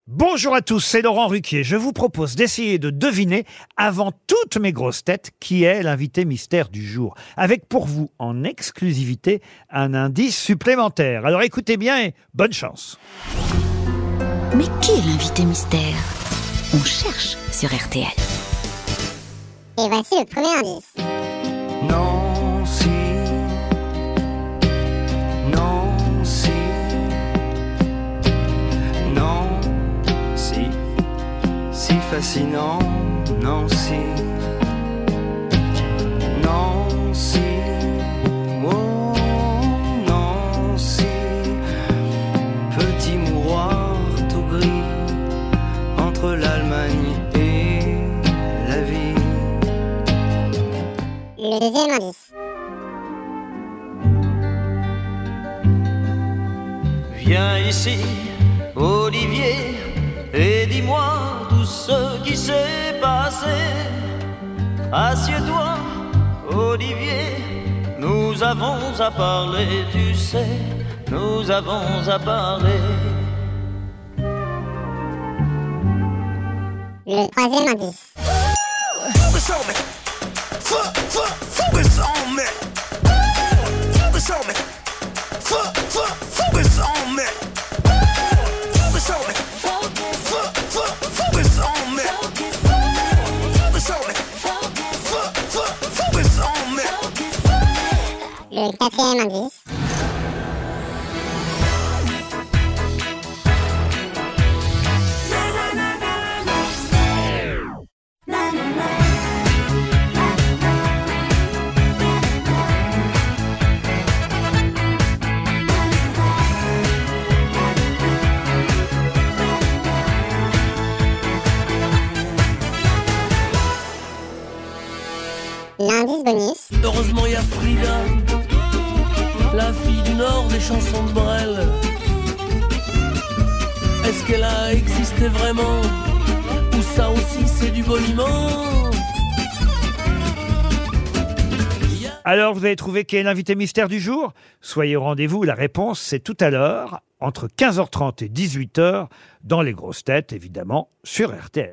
Bonjour à tous, c'est Laurent Ruquier. Je vous propose d'essayer de deviner, avant toutes mes grosses têtes, qui est l'invité mystère du jour. Avec pour vous, en exclusivité, un indice supplémentaire. Alors écoutez bien et bonne chance. Mais qui est l'invité mystère? On cherche sur RTL. Et voici le premier indice. Nancy, Nancy, Nancy, si fascinant, Nancy, Nancy, oh Nancy, petit mouroir tout gris entre l'Allemagne et la vie. Le deuxième indice. Viens ici, Olivier, et dis-moi tout ce qui s'est passé. Assieds-toi, Olivier, nous avons à parler, tu sais, nous avons à parler. Le troisième indice. Focus on me, focus on me, focus on me, focus on me, focus on me, focus on me, focus on me, focus on me. Le quatrième indice. L'indice bonus. Heureusement, il y a Frida, la fille du Nord des chansons de Brel. Est-ce qu'elle a existé vraiment? Ou ça aussi, c'est du boniment? Alors, vous avez trouvé qui est l'invité mystère du jour? Soyez au rendez-vous, la réponse c'est tout à l'heure, entre 15h30 et 18h, dans les grosses têtes, évidemment, sur RTL.